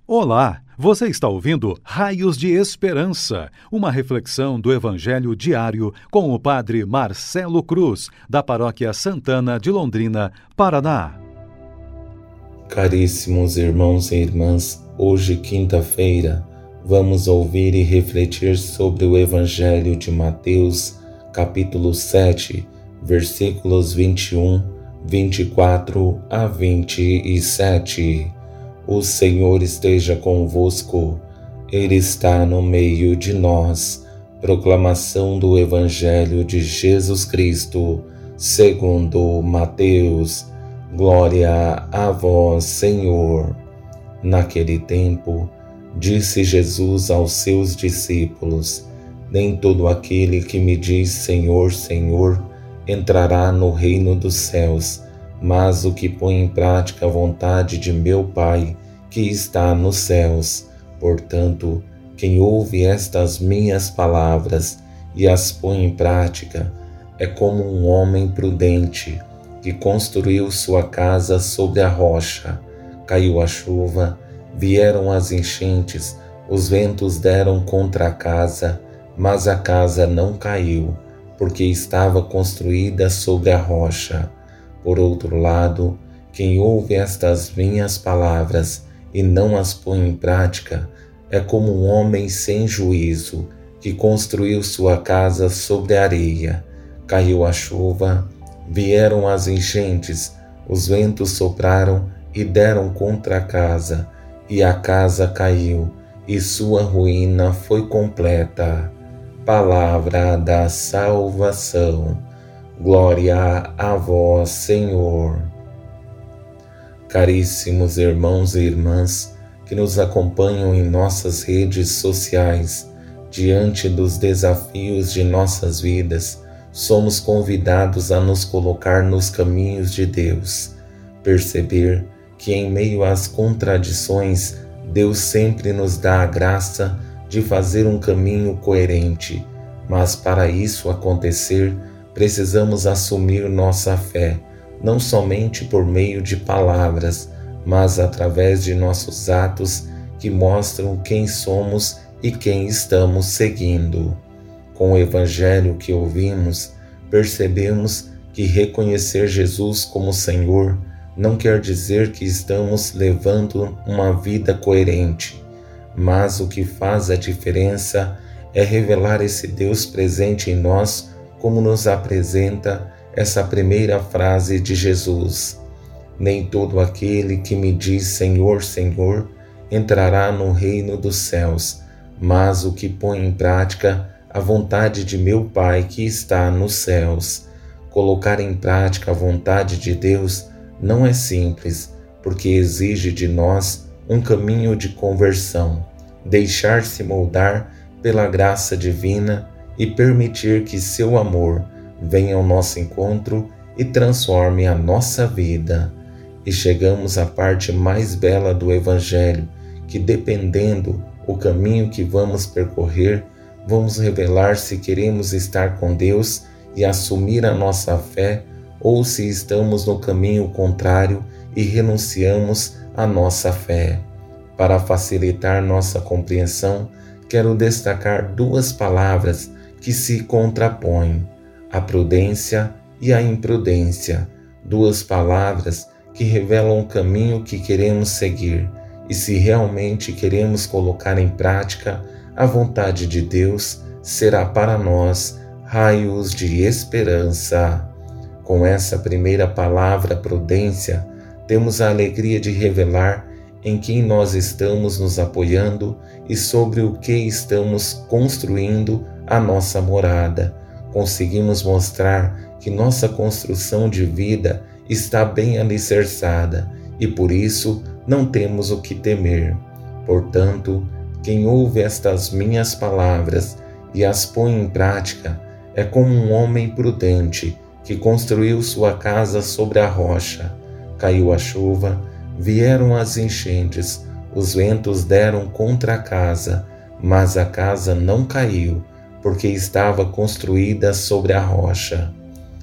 Olá, você está ouvindo Raios de Esperança, uma reflexão do Evangelho diário com o Padre Marcelo Cruz, da Paróquia Santana de Londrina, Paraná. Caríssimos irmãos e irmãs, hoje, quinta-feira, vamos ouvir e refletir sobre o Evangelho de Mateus, capítulo 7, versículos 21, 24 a 27. O Senhor esteja convosco, Ele está no meio de nós. Proclamação do Evangelho de Jesus Cristo, segundo Mateus. Glória a vós, Senhor. Naquele tempo, disse Jesus aos seus discípulos: Nem todo aquele que me diz Senhor, Senhor, entrará no reino dos céus, mas o que põe em prática a vontade de meu Pai, que está nos céus. Portanto, quem ouve estas minhas palavras e as põe em prática, é como um homem prudente, que construiu sua casa sobre a rocha. Caiu a chuva, vieram as enchentes, os ventos deram contra a casa, mas a casa não caiu, porque estava construída sobre a rocha. Por outro lado, quem ouve estas minhas palavras e não as põe em prática, é como um homem sem juízo, que construiu sua casa sobre a areia. Caiu a chuva, vieram as enchentes, os ventos sopraram e deram contra a casa, e a casa caiu, e sua ruína foi completa. Palavra da salvação. Glória a vós, Senhor. Caríssimos irmãos e irmãs que nos acompanham em nossas redes sociais, diante dos desafios de nossas vidas, somos convidados a nos colocar nos caminhos de Deus, perceber que em meio às contradições, Deus sempre nos dá a graça de fazer um caminho coerente, mas para isso acontecer, precisamos assumir nossa fé, não somente por meio de palavras, mas através de nossos atos que mostram quem somos e quem estamos seguindo. Com o Evangelho que ouvimos, percebemos que reconhecer Jesus como Senhor não quer dizer que estamos levando uma vida coerente, mas o que faz a diferença é revelar esse Deus presente em nós, como nos apresenta essa primeira frase de Jesus: Nem todo aquele que me diz Senhor, Senhor, entrará no reino dos céus, mas o que põe em prática a vontade de meu Pai que está nos céus. Colocar em prática a vontade de Deus não é simples, porque exige de nós um caminho de conversão, deixar-se moldar pela graça divina e permitir que seu amor venha ao nosso encontro e transforme a nossa vida. E chegamos à parte mais bela do Evangelho, que dependendo o caminho que vamos percorrer, vamos revelar se queremos estar com Deus e assumir a nossa fé, ou se estamos no caminho contrário e renunciamos à nossa fé. Para facilitar nossa compreensão, quero destacar duas palavras que se contrapõem: a prudência e a imprudência, duas palavras que revelam o caminho que queremos seguir e se realmente queremos colocar em prática a vontade de Deus, será para nós raios de esperança. Com essa primeira palavra, prudência, temos a alegria de revelar em quem nós estamos nos apoiando e sobre o que estamos construindo a nossa morada. Conseguimos mostrar que nossa construção de vida está bem alicerçada e por isso não temos o que temer. Portanto, quem ouve estas minhas palavras e as põe em prática é como um homem prudente que construiu sua casa sobre a rocha. Caiu a chuva, vieram as enchentes, os ventos deram contra a casa, mas a casa não caiu, porque estava construída sobre a rocha.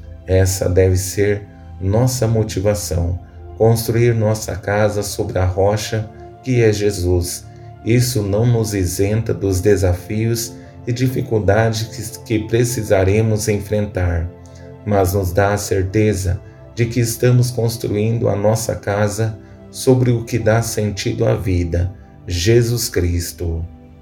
Essa deve ser nossa motivação, construir nossa casa sobre a rocha que é Jesus. Isso não nos isenta dos desafios e dificuldades que precisaremos enfrentar, mas nos dá a certeza de que estamos construindo a nossa casa sobre o que dá sentido à vida, Jesus Cristo.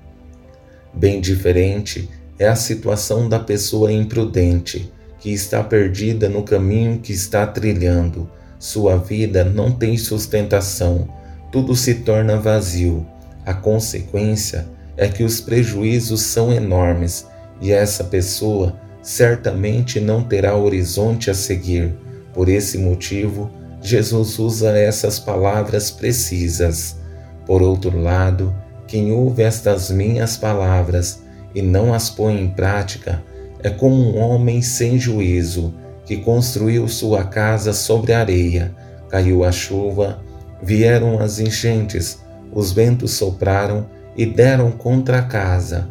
Bem diferente é a situação da pessoa imprudente, que está perdida no caminho que está trilhando. Sua vida não tem sustentação, tudo se torna vazio. A consequência é que os prejuízos são enormes e essa pessoa certamente não terá horizonte a seguir. Por esse motivo, Jesus usa essas palavras precisas. Por outro lado, quem ouve estas minhas palavras e não as põe em prática é como um homem sem juízo que construiu sua casa sobre a areia. Caiu a chuva, vieram as enchentes, os ventos sopraram e deram contra a casa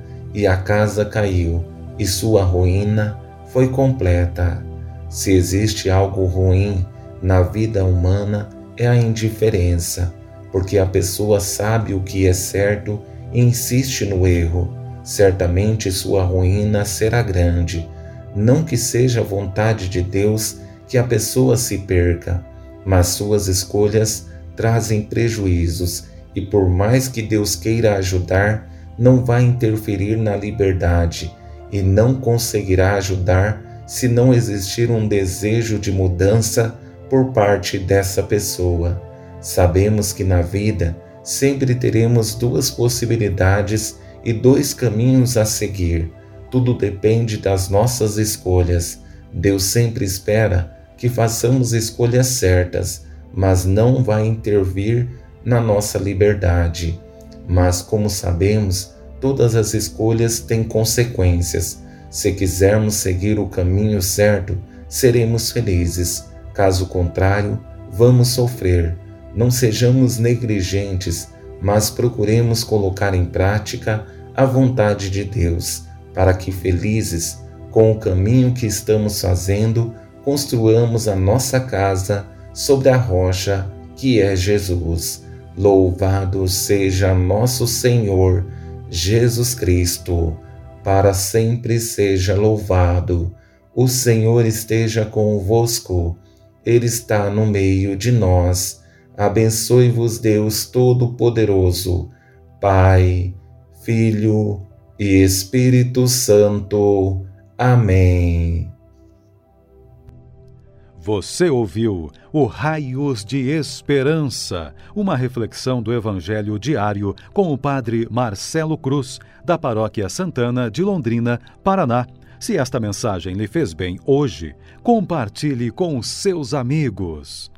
caiu, e sua ruína foi completa. Se existe algo ruim na vida humana, é a indiferença, porque a pessoa sabe o que é certo e insiste no erro. Certamente sua ruína será grande. Não que seja a vontade de Deus que a pessoa se perca, mas suas escolhas trazem prejuízos e por mais que Deus queira ajudar, não vai interferir na liberdade e não conseguirá ajudar se não existir um desejo de mudança por parte dessa pessoa. Sabemos que na vida sempre teremos duas possibilidades e dois caminhos a seguir. Tudo depende das nossas escolhas. Deus sempre espera que façamos escolhas certas, mas não vai intervir na nossa liberdade. Mas, como sabemos, todas as escolhas têm consequências. Se quisermos seguir o caminho certo, seremos felizes. Caso contrário, vamos sofrer. Não sejamos negligentes, mas procuremos colocar em prática a vontade de Deus, para que felizes, com o caminho que estamos fazendo, construamos a nossa casa sobre a rocha que é Jesus. Louvado seja nosso Senhor Jesus Cristo, para sempre seja louvado. O Senhor esteja convosco, Ele está no meio de nós. Abençoe-vos Deus Todo-Poderoso, Pai, Filho e Espírito Santo. Amém. Você ouviu o Raios de Esperança, uma reflexão do Evangelho diário com o Padre Marcelo Cruz, da Paróquia Santana de Londrina, Paraná. Se esta mensagem lhe fez bem hoje, compartilhe com os seus amigos.